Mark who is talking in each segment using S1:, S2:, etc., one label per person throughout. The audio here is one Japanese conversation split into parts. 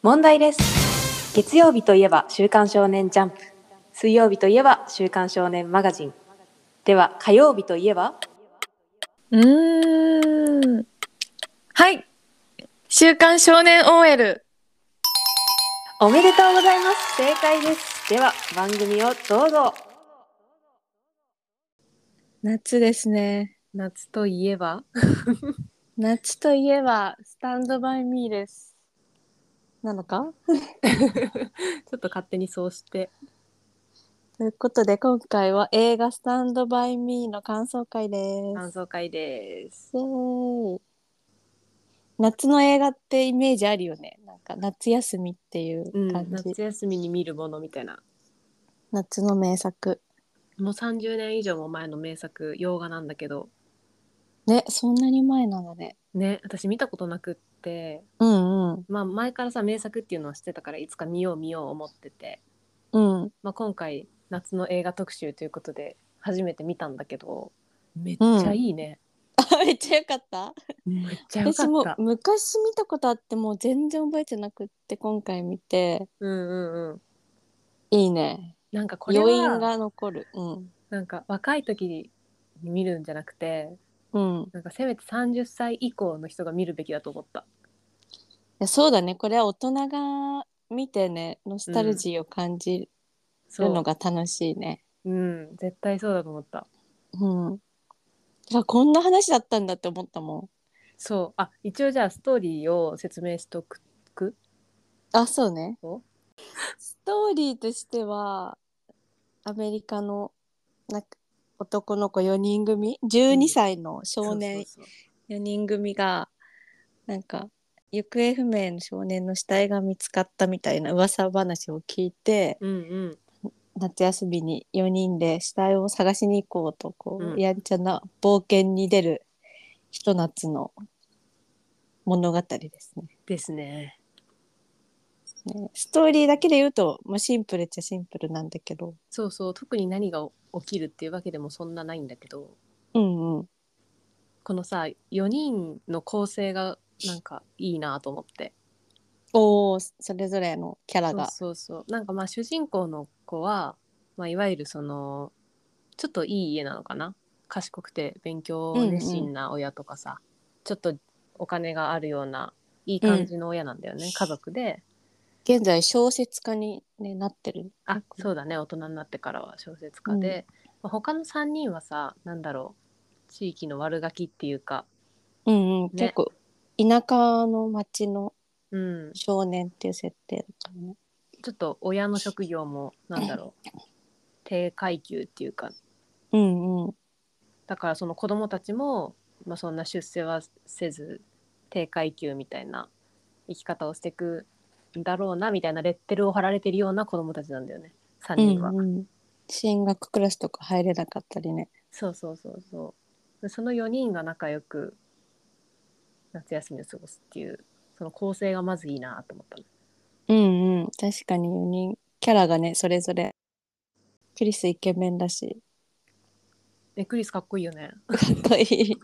S1: 問題です。月曜日といえば週刊少年ジャンプ、水曜日といえば週刊少年マガジン、では火曜日といえば
S2: はい、週刊少年 OL。
S1: おめでとうございます。正解です。では番組をどうぞ。
S2: 夏ですね。
S1: 夏といえば
S2: 夏といえばスタンドバイミーですなのか
S1: ちょっと勝手にそうして
S2: ということで今回は映画スタンドバイミーの感想会です。
S1: 感想会です。
S2: イエーイ。夏の映画ってイメージあるよね。なんか夏休みっていう感じ、
S1: 夏休みに見るものみたいな。
S2: 夏の名作
S1: もう30年以上も前の名作、洋画なんだけど
S2: ね。そんなに前なのね。
S1: ね、私見たことなくって、
S2: うん
S1: 前からさ名作っていうのは知ってたからいつか見よう思ってて、
S2: うん
S1: 今回夏の映画特集ということで初めて見たんだけど、めっちゃいいね。
S2: めっちゃよかった。
S1: めっちゃよか
S2: 私も
S1: った。
S2: 昔見たことあってもう全然覚えてなくって今回見ていいね。
S1: なんかこれは
S2: 余韻が残る。
S1: なんか若い時に見るんじゃなくて、
S2: うん。
S1: なんかせめて30歳以降の人が見るべきだと思った。
S2: やそうだね。これは大人が見てね、ノスタル
S1: うん、
S2: ジーを感じるの
S1: そ
S2: が楽しいね。
S1: う、絶対そうだと思った。
S2: うん。てかこんな話だったんだって思ったもん。
S1: そう、一応じゃあストーリーを説明しとく
S2: あ、そうね。
S1: と、
S2: ストーリーとしては、アメリカのなんか男の子4人組、12歳の少年
S1: そう
S2: 4人組が、なんか、行方不明の少年の死体が見つかったみたいな噂話を聞いて、
S1: うん
S2: 夏休みに4人で死体を探しに行こうと、やんちゃな冒険に出るひと夏の物語ですね。
S1: ですね。
S2: ストーリーだけで言うと、シンプルっちゃシンプルなんだけど。
S1: そうそう、特に何が起きるっていうわけでもそんなないんだけど、
S2: うんうん。
S1: このさ4人の構成がなんかいいなと思って。
S2: おー、それぞれのキャラが。
S1: なんか主人公の子は、いわゆるそのちょっといい家なのかな、賢くて勉強熱心な親とかさ、ちょっとお金があるようないい感じの親なんだよね、家族で。
S2: 現在小説家に、なってる。
S1: そうだね、大人になってからは小説
S2: うん。
S1: 家で、他の3人はさ、なんだろう、地域の悪ガキっていうか
S2: うんうん。結
S1: ね。
S2: 構、田舎の町の
S1: うん、
S2: 少年っていう設定だからね。
S1: ちょっと親の職業もなんだろう、低階級っていうか、
S2: うんうん。
S1: だからその子供たちも、そんな出世はせず低階級みたいな生き方をしていくんだろうなみたいなレッテルを貼られてるような子供たちなんだよね、3
S2: う
S1: 人は。
S2: んうん。進学クラスとか入れなかったりね。
S1: そうその4人が仲良く夏休みを過ごすっていう、その構成がまずいいなと思ったの。
S2: うんうん。確かに4人、キャラがね、それぞれ。クリスイケメンだし、
S1: クリスかっこいいよね。
S2: かっこいい。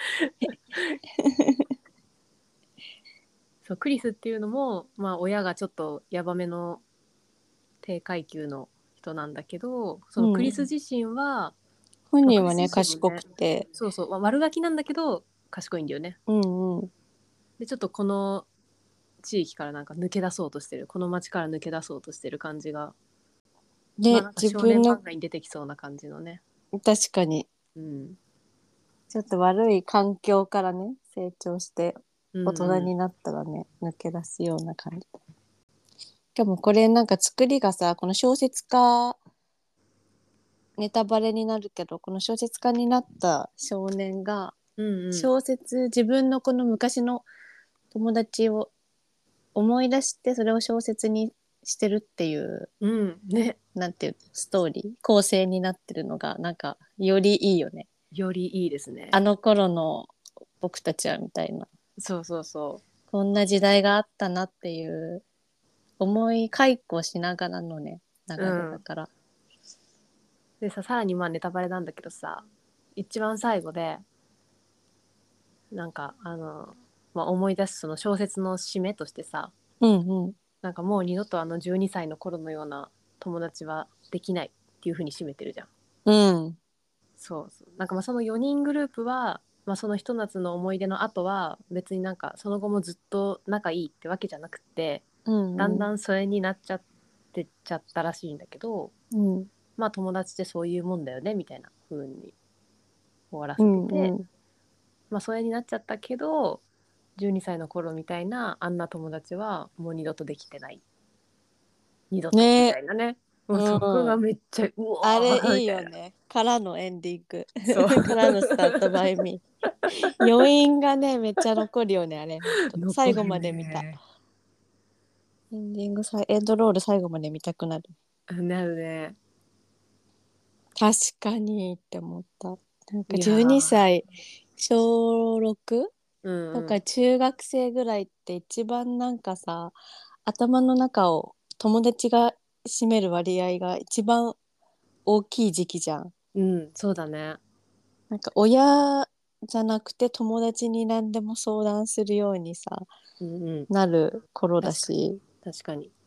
S1: そう、クリスっていうのも、親がちょっとヤバめの低階級の人なんだけど、そのクリス
S2: うん。
S1: 自身は、クリス
S2: 本人はね、賢
S1: 自身もね、
S2: くて。
S1: 悪ガキなんだけど賢いんだよね。
S2: うんうん。
S1: でちょっとこの地域からなんか抜け出そうとしてる、この町から抜け出そうとしてる感じが、
S2: で、
S1: なんか
S2: 自分の、
S1: 少年漫画に出てきそうな感じのね。
S2: 確かに、
S1: うん
S2: ちょっと悪い環境からね、成長して、大人
S1: うん
S2: になったらね、抜け出すような感じ。しかもこれなんか作りがさ、この小説家、ネタバレになるけど、この小説家になった少年が、
S1: うん
S2: 小説、自分のこの昔の友達を思い出して、それを小説にしてるっていう、
S1: ね、
S2: なんていう、ストーリー、構成になってるのが、なんか、よりいいよね。
S1: よりいいですね。
S2: あの頃の僕たちはみたいな。
S1: そ
S2: こんな時代があったなっていう思い回顧しながらのね、流
S1: う。
S2: れだから。
S1: でさらにネタバレなんだけどさ、一番最後でなんか思い出すその小説の締めとしてさ、
S2: うんうん。
S1: なんかもう二度とあの12歳の頃のような友達はできないっていう風に締めてるじゃん。
S2: うん。
S1: そうそう。なんかまあその4人グループは、まあ、そのひと夏の思い出の後は別になんかその後もずっと仲いいってわけじゃなくって、だん
S2: うん。
S1: だん疎遠になっちゃってちゃったらしいんだけど、
S2: うん。
S1: まあ友達ってそういうもんだよねみたいな風に終わら
S2: う
S1: せてて、
S2: ん。うん。
S1: まあ疎遠になっちゃったけど12歳の頃みたいなあんな友達はもう二度とできてない、二度とみた
S2: ね。
S1: いなね。もう
S2: う
S1: そこが
S2: ん。
S1: めっちゃう
S2: あ
S1: お
S2: れいい
S1: ーみたいな。
S2: よね。からのエンディング。
S1: そう
S2: からのスタートバイミー。余韻がね、めっちゃ残るよね、あれ。ほんと最後
S1: 残る
S2: まで見た。
S1: ね。
S2: エンディングエンドロール最後まで見たくなる。
S1: なるね。
S2: 確かにって思った。なんか
S1: いや
S2: 12
S1: ー、
S2: 歳、小 6?
S1: うんうん。
S2: とか中学生ぐらいって一番なんかさ、頭の中を友達が占める割合が一番大きい時期じゃん。
S1: うん、そうだね。
S2: なんか親じゃなくて友達に何でも相談するようにさ、
S1: うんうん。
S2: なる頃だ
S1: 確かに。
S2: し、
S1: 確かに。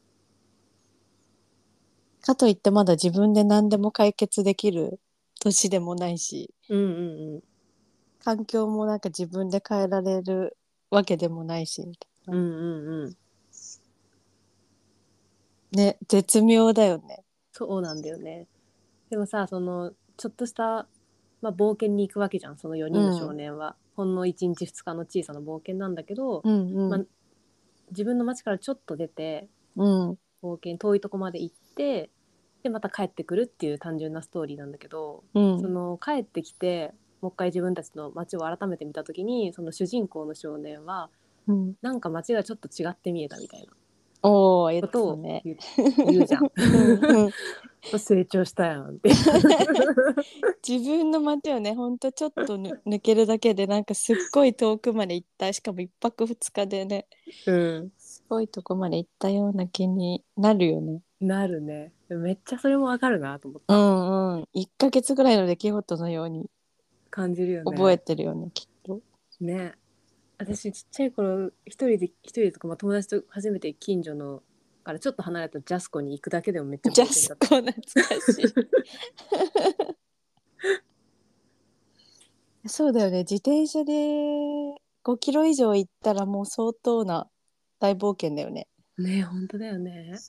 S2: かといってまだ自分で何でも解決できる年でもないし、
S1: うんうんうん。
S2: 環境もなんか自分で変えられるわけでもないし、みたいな。
S1: うんうんうん。
S2: ね、絶妙だよね。
S1: そうなんだよね。でもさ、その、ちょっとした、まあ、冒険に行くわけじゃん、その4人の少
S2: うん。
S1: 年は。ほんの1日2日の小さな冒険なんだけど、
S2: うんう
S1: まあ、
S2: ん。
S1: 自分の町からちょっと出て、
S2: うん。
S1: 冒険、遠いとこまで行って、で、また帰ってくるっていう単純なストーリーなんだけど、
S2: うん。
S1: その、帰ってきて、もう一回自分たちの町を改めて見た時に、その主人公の少年は、
S2: うん。
S1: なんか街がちょっと違って見えたみたいな
S2: おー、言っ
S1: ことを
S2: てたね。
S1: 言うじゃん。
S2: うんうん。
S1: 成長したやんって。
S2: 自分の街をね、ほんとちょっと抜けるだけで、なんかすっごい遠くまで行った。しかも一泊二日でね、
S1: うん。
S2: すごいとこまで行ったような気になるよね。
S1: なるね。めっちゃそれもわかるなと思っ
S2: う
S1: た。
S2: んうん。1ヶ月ぐらいの出来事のように
S1: 感じるよ
S2: 覚え
S1: ね。
S2: てるよね、きっと。
S1: ね。私ちっちゃい頃一人でとか、まあ、友達と初めて近所のからちょっと離れたジャスコに行くだけでもめっちゃ
S2: ジャ
S1: 冒険だった。
S2: スコ懐かしい。そうだよね。自転車で5キロ以上行ったらもう相当な大冒険だよね。
S1: ね、本当だよね。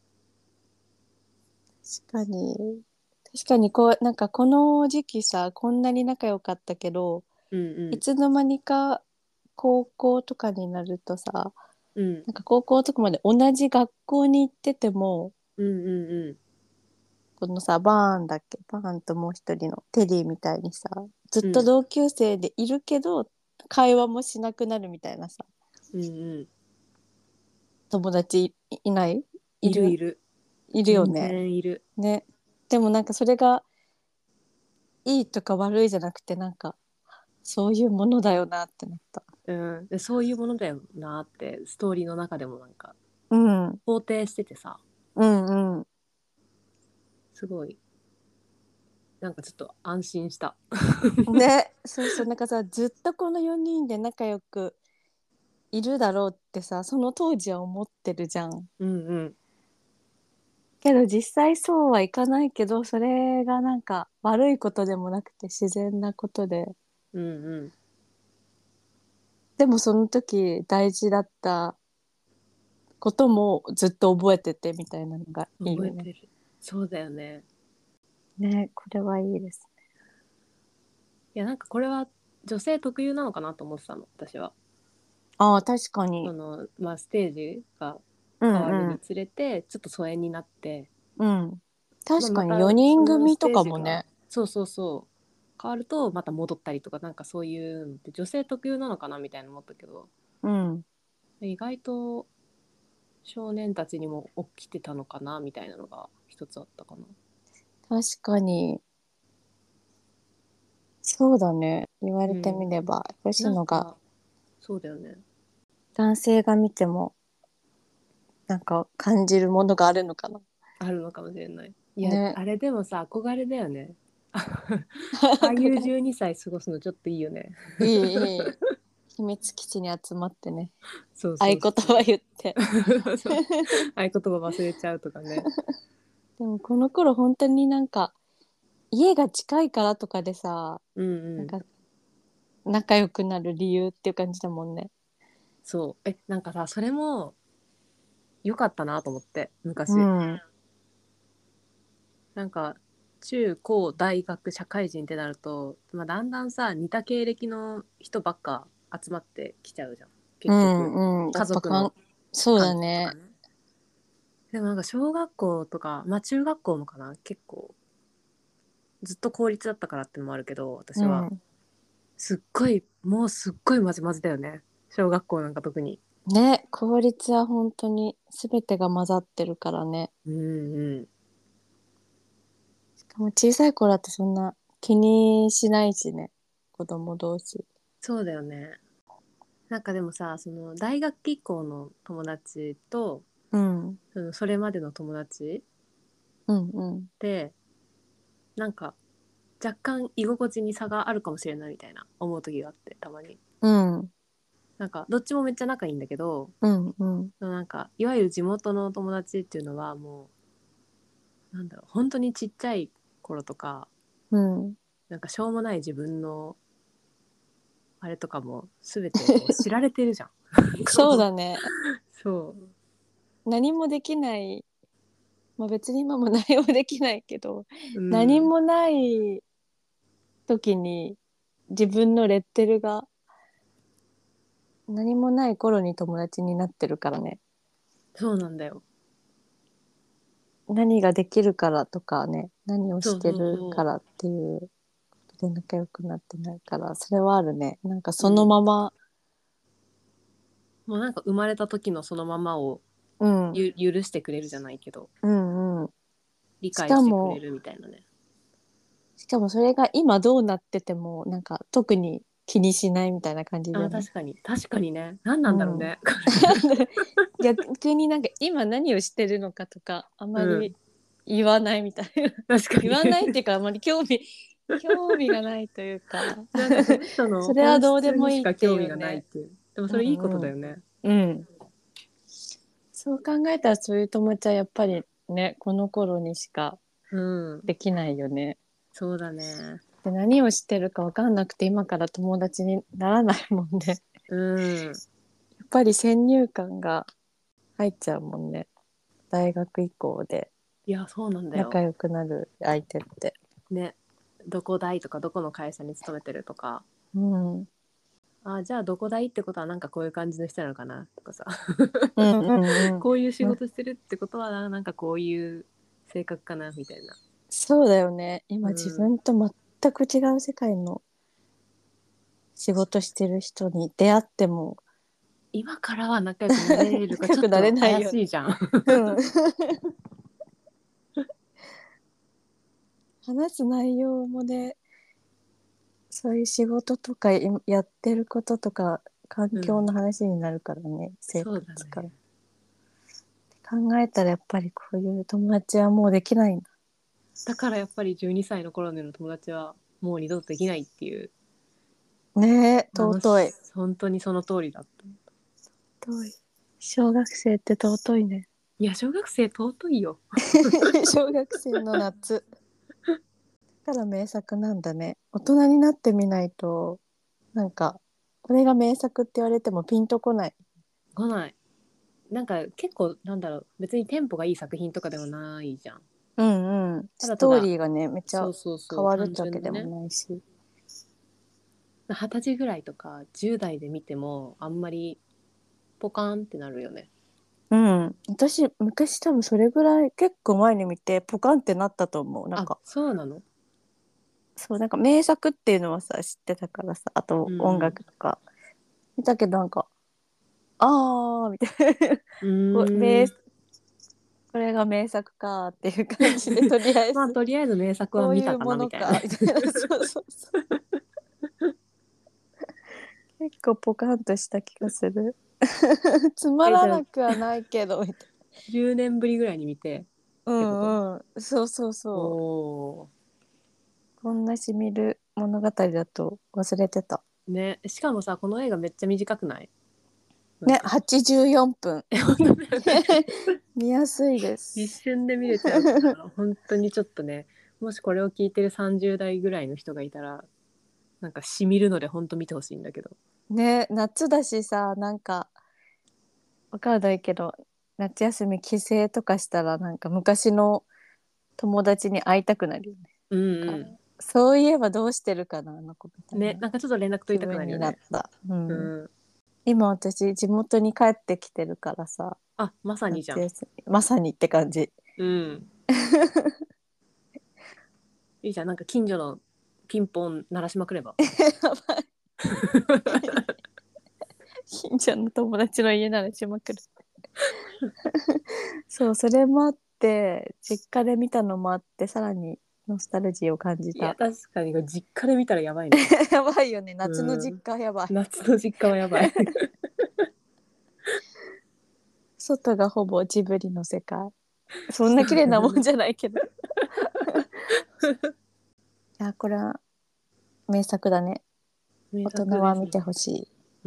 S2: 確かに。確かにこう、なんかこの時期さ、こんなに仲良かったけど、
S1: うん
S2: いつの間にか高校とかになるとさ、
S1: うんうん
S2: なんか高校とかまで同じ学校に行ってても、
S1: うんうん
S2: このさ、バーンだっけバーンともう一人のテリーみたいにさ、ずっと
S1: うん
S2: 同級生でいるけど、会話もしなくなるみたいなさ、
S1: うんうん。
S2: 友達いないいる
S1: いるいる。
S2: いるよ
S1: 全
S2: ね。
S1: 然いる。
S2: ね。でもなんかそれがいいとか悪いじゃなくて、なんか、そういうものだよなってなった。
S1: うん。でそういうものだよなってストーリーの中でもなんか
S2: うん。
S1: 肯定しててさ、
S2: うんうん。
S1: すごいなんかちょっと安心した。
S2: ね、そうそう、なんかさ、ずっとこの4人で仲良くいるだろうってさ、その当時は思ってるじゃん。
S1: うんうん
S2: けど実際そうはいかないけど、それがなんか悪いことでもなくて自然なことで、
S1: うんうん
S2: でもその時大事だったこともずっと覚えててみたいなのがいいよね。
S1: 覚えてる。そうだよね。
S2: ね、これはいいです。
S1: いやなんかこれは女性特有なのかなと思ってたの私は。
S2: ああ、確かに。
S1: そのまあステージが
S2: う
S1: 変わるに
S2: ん
S1: つれてちょっと疎遠になって、
S2: うん。うん。
S1: まあ、
S2: 確かに
S1: また
S2: 4人
S1: そのス
S2: 組と
S1: テージが
S2: かもね。
S1: そうそうそう変わるとまた戻ったりとかなんかそういうのって女性特有なのかなみたいな思ったけど、
S2: うん。
S1: 意外と少年たちにも起きてたのかなみたいなのが一つあったかな。
S2: 確かに。そうだね。言われてみ
S1: うん。
S2: れば、吉野が
S1: なんかそうだよね。
S2: 男性が見てもなんか感じるものがあるのかな。
S1: あるのかもしれない。いや、
S2: ね。
S1: あれでもさ、憧れだよね。ああいう12歳過ごすのちょっといいよね。
S2: いいいい。 秘密基地に集まってね、
S1: そう
S2: 合言葉言って
S1: そう合言葉忘れちゃうとかね。
S2: でもこの頃本当になんか家が近いからとかでさ、
S1: うんうん。
S2: なんか仲良くなる理由っていう感じだもんね。
S1: そうなんかさそれも良かったなと思って
S2: う
S1: 昔。
S2: ん
S1: なんか中高大学社会人ってなると、まあ、だんだんさ似た経歴の人ばっか集まってきちゃうじゃん
S2: う
S1: 結局。
S2: んうん、や
S1: 家族の
S2: そうだね。
S1: 関係とかね。でもなんか小学校とかまあ中学校もかな、結構ずっと公立だったからってのもあるけど私は
S2: うん
S1: すっごいもうすっごいまじまじだよね小学校なんか特に。
S2: ね、効率は本当に全てが混ざってるからね。
S1: うんうん。
S2: しかも小さい頃ってそんな気にしないしね、子供同士。
S1: そうだよね。なんかでもさその大学以降の友達と
S2: うん
S1: それまでの友達
S2: うんうん
S1: ってなんか若干居心地に差があるかもしれないみたいな思う時があってたまに。
S2: うん
S1: なんかどっちもめっちゃ仲いいんだけど、
S2: うんうん
S1: なんかいわゆる地元の友達っていうのはもうなんだろう本当にちっちゃい頃とか
S2: うん
S1: なんかしょうもない自分のあれとかも全てこう知られてるじゃん。
S2: そう
S1: こう
S2: だね。
S1: そ
S2: 何もできない、まあ別に今も何もできないけど、
S1: う、うん、
S2: 何もない時に自分のレッテルが何もない頃に友達になってるからね。
S1: そうなんだよ。
S2: 何ができるからとかね、何をして
S1: そうそう
S2: るか
S1: そ
S2: らっていうことで仲良くなってないから、それはあるね。なんか
S1: う、
S2: その
S1: うん、
S2: まま、
S1: もうなんか生まれた時のそのままを
S2: うん、うん
S1: 許してくれるじゃないけど
S2: うん。
S1: 理
S2: し
S1: 解してくれ
S2: かも、
S1: るみたいなね。
S2: しかもそれが今どうなってても、なんか特に気にしないみたいな感じだよね。
S1: あ、確かにね。何なんだろう
S2: うん。
S1: ね。
S2: 逆になんか今何をしてるのかとかあまり
S1: うん。
S2: 言わないみたいな。
S1: 確かに。
S2: 言わないっていうかあまり興味がないというか
S1: なんかその人の
S2: それは
S1: 本
S2: どうで
S1: 質にし
S2: もいいって
S1: か興味がないっ
S2: いうね。
S1: ていう。でも
S2: う
S1: それいいこと
S2: んうん
S1: だよね。
S2: うん。そう考えたらそういう友達はやっぱりね、この頃にしか
S1: うん。
S2: できないよね。
S1: そうだね。
S2: で、何をしてるか分かんなくて今から友達にならないもんね。や
S1: うん。
S2: っぱり先入観が入っちゃうもんね。大学以降で
S1: いや、そうなんだよ。
S2: 仲良くなる相手って。
S1: ね。どこ大とかどこの会社に勤めてるとか。
S2: うんうん
S1: あ、じゃあどこ大ってことはなんかこういう感じの人なのかなとかさ。
S2: うんうん。
S1: こういう仕
S2: ま、
S1: 事してるってことはなんかこういう性格かなみたいな。
S2: そうだよね。今
S1: う
S2: 自
S1: ん。
S2: 分と全く違う世界の仕事してる人に出会っても
S1: 今からは仲良くなれるかちょっ
S2: 仲良くなれ
S1: と怪
S2: ないよね。
S1: しいじゃん。
S2: うん。話す内容もね、そういう仕事とかやってることとか環
S1: うん。
S2: 境の話になるからね、生
S1: そうだ
S2: 活から。
S1: ね。
S2: 考えたらやっぱりこういう友達はもうできないんだ。
S1: だからやっぱり12歳の頃の友達はもう二度とできないっていう、
S2: ねえ、
S1: あの
S2: 尊い。
S1: 本当にその通りだった。
S2: 尊い。小学生って尊いね。
S1: いや小学生尊いよ。
S2: 小学生の夏。だから名作なんだね。大人になってみないと、なんか、これが名作って言われてもピンとこない。
S1: 来ない。なんか結構なんだろう別にテンポがいい作品とかでもないじゃん。
S2: うんうん。ストー
S1: ただただ
S2: リーがね、めっちゃ
S1: そうそうそう単
S2: 変わるってわけでも
S1: 純でね
S2: ないし。
S1: 20歳ぐらいとか10代で見てもあんまりポカーンってなるよね。
S2: うん。私、昔多分それぐらい結構前に見てポカンってなったと思う。なん
S1: あ、
S2: か、
S1: そうなの。
S2: そう、なんか名作っていうのはさ、知ってたからさ、あと音
S1: うん
S2: 楽とか見たけどなんか、あーみたいな。
S1: うん。うーん。
S2: これが名作かっていう感じで、とりあえ
S1: まあ
S2: ず、
S1: とりあえず名作は
S2: こう
S1: 見たか
S2: いうもの
S1: なみたいなね。
S2: かみたいな。そうそうそう。結構ポカンとした気がする。つま
S1: じゃあ
S2: らなくはないけど、みたい
S1: 10年ぶりぐらいに見てっ
S2: な。う
S1: てこと。
S2: んうん。そうそう
S1: お
S2: そう。
S1: お
S2: こんなしみる物語だと忘れてた。
S1: ね、しかもさこの映画めっちゃ短くない？
S2: ね、84分。
S1: 本当だよね。
S2: 見やすいで
S1: 一
S2: す。
S1: 瞬で見れちゃうから本当にちょっとね、もしこれを聞いてる30代ぐらいの人がいたらなんかしみるので本当見てほしいんだけど。
S2: ね、夏だしさ、なんかわかんないけど、夏休み帰省とかしたらなんか昔の友達に会いたくなるよね。
S1: うん
S2: なんか
S1: うん。
S2: そういえばどうしてるかな、あの子みたい
S1: ね、
S2: な
S1: なんかちょっと連絡取
S2: 気
S1: りたくな
S2: 分になっ
S1: るよね。
S2: た。うん。
S1: うん。
S2: 今私地元に帰ってきてるからさ、
S1: あ、まさにじゃん。
S2: 夏休みまさにって感じ。
S1: うん。いいじゃん。なんか近所のピンポン鳴らしまくれば。
S2: やばい。近所の友達の家ならしまくる。そう、それもあって実家で見たのもあってさらにノスタルジーを感じ
S1: いや
S2: た。
S1: 確かに実家で見たらやばいね。
S2: やばいよね、夏の
S1: うん。
S2: 実家やばい。
S1: 夏の実家はやばい。
S2: 外がほぼジブリの世界。そんな綺麗なもんじゃないけど。いや、これは名作だね。
S1: 名
S2: 大人
S1: 作ですね。
S2: は見てほしい。
S1: うん。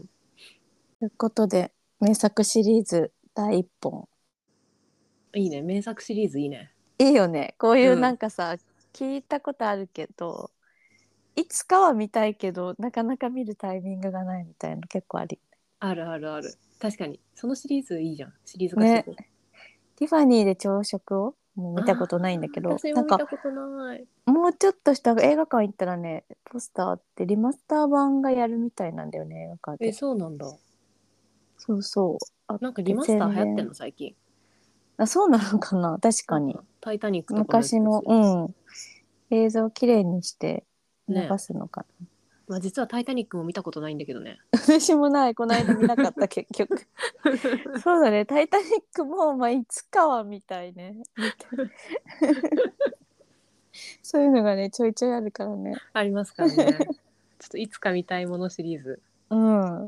S2: ということで、名作シリーズ第1本。
S1: いいね。名作シリーズいいね。
S2: いいよね。こういうな
S1: うん。
S2: んかさ、聞いたことあるけど、いつかは見たいけど、なかなか見るタイミングがないみたいなの結構ある
S1: あるあるある。確かに。そのシリーズいいじゃん。シリーズ
S2: よね。
S1: 化していこう。
S2: ティファニーで朝食をもう見た
S1: あ
S2: ことないんだけ
S1: あ、
S2: ど、
S1: 私も
S2: なんか
S1: 見たことない。
S2: もうちょっとした映画館行ったらね、ポスターってリマスター版がやるみたいなんだよね、映画館
S1: え、
S2: で。
S1: そうなんだ。
S2: そうそう。あって
S1: なんかリマスター流行ってん
S2: 宣伝。
S1: の最近。
S2: あ、そうなのかな、確かに。
S1: なんか、タイタニックとかもやって
S2: 昔の、
S1: たし。
S2: うん。映像をきれいにして流
S1: ね。
S2: すのかな。
S1: まあ実はタイタニックも見たことないんだけどね。
S2: 私もない。この間見なかった、結局。そうだね。タイタニックも、まあ、いつかは見たいね。見たい。そういうのがね、ちょいちょいあるからね。
S1: ありますからね。ちょっといつか見たいものシリーズ、
S2: うん。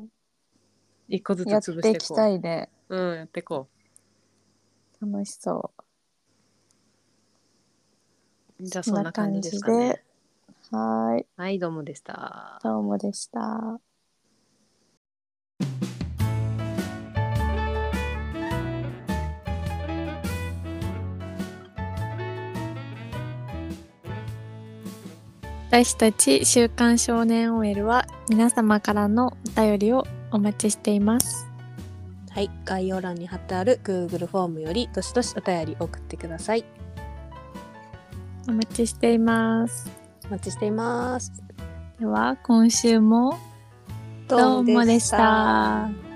S1: 一個ずつ
S2: やっ
S1: 潰し
S2: ていき
S1: ていこ
S2: たいね。
S1: う。うん、やっていこ
S2: 楽しそ
S1: う。
S2: う。
S1: じゃあ
S2: そん
S1: そんな感じ
S2: な感
S1: ですかね。
S2: じで、はーい。
S1: はい、どうもでした。
S2: どうもでした。私たち週刊少年 OL は皆様からのお便りをお待ちしています。
S1: はい、概要欄に貼ってある Google フォームよりどしどしお便り送ってください。
S2: お待ちしています。
S1: お待ちしています。
S2: では今週もどうもでした。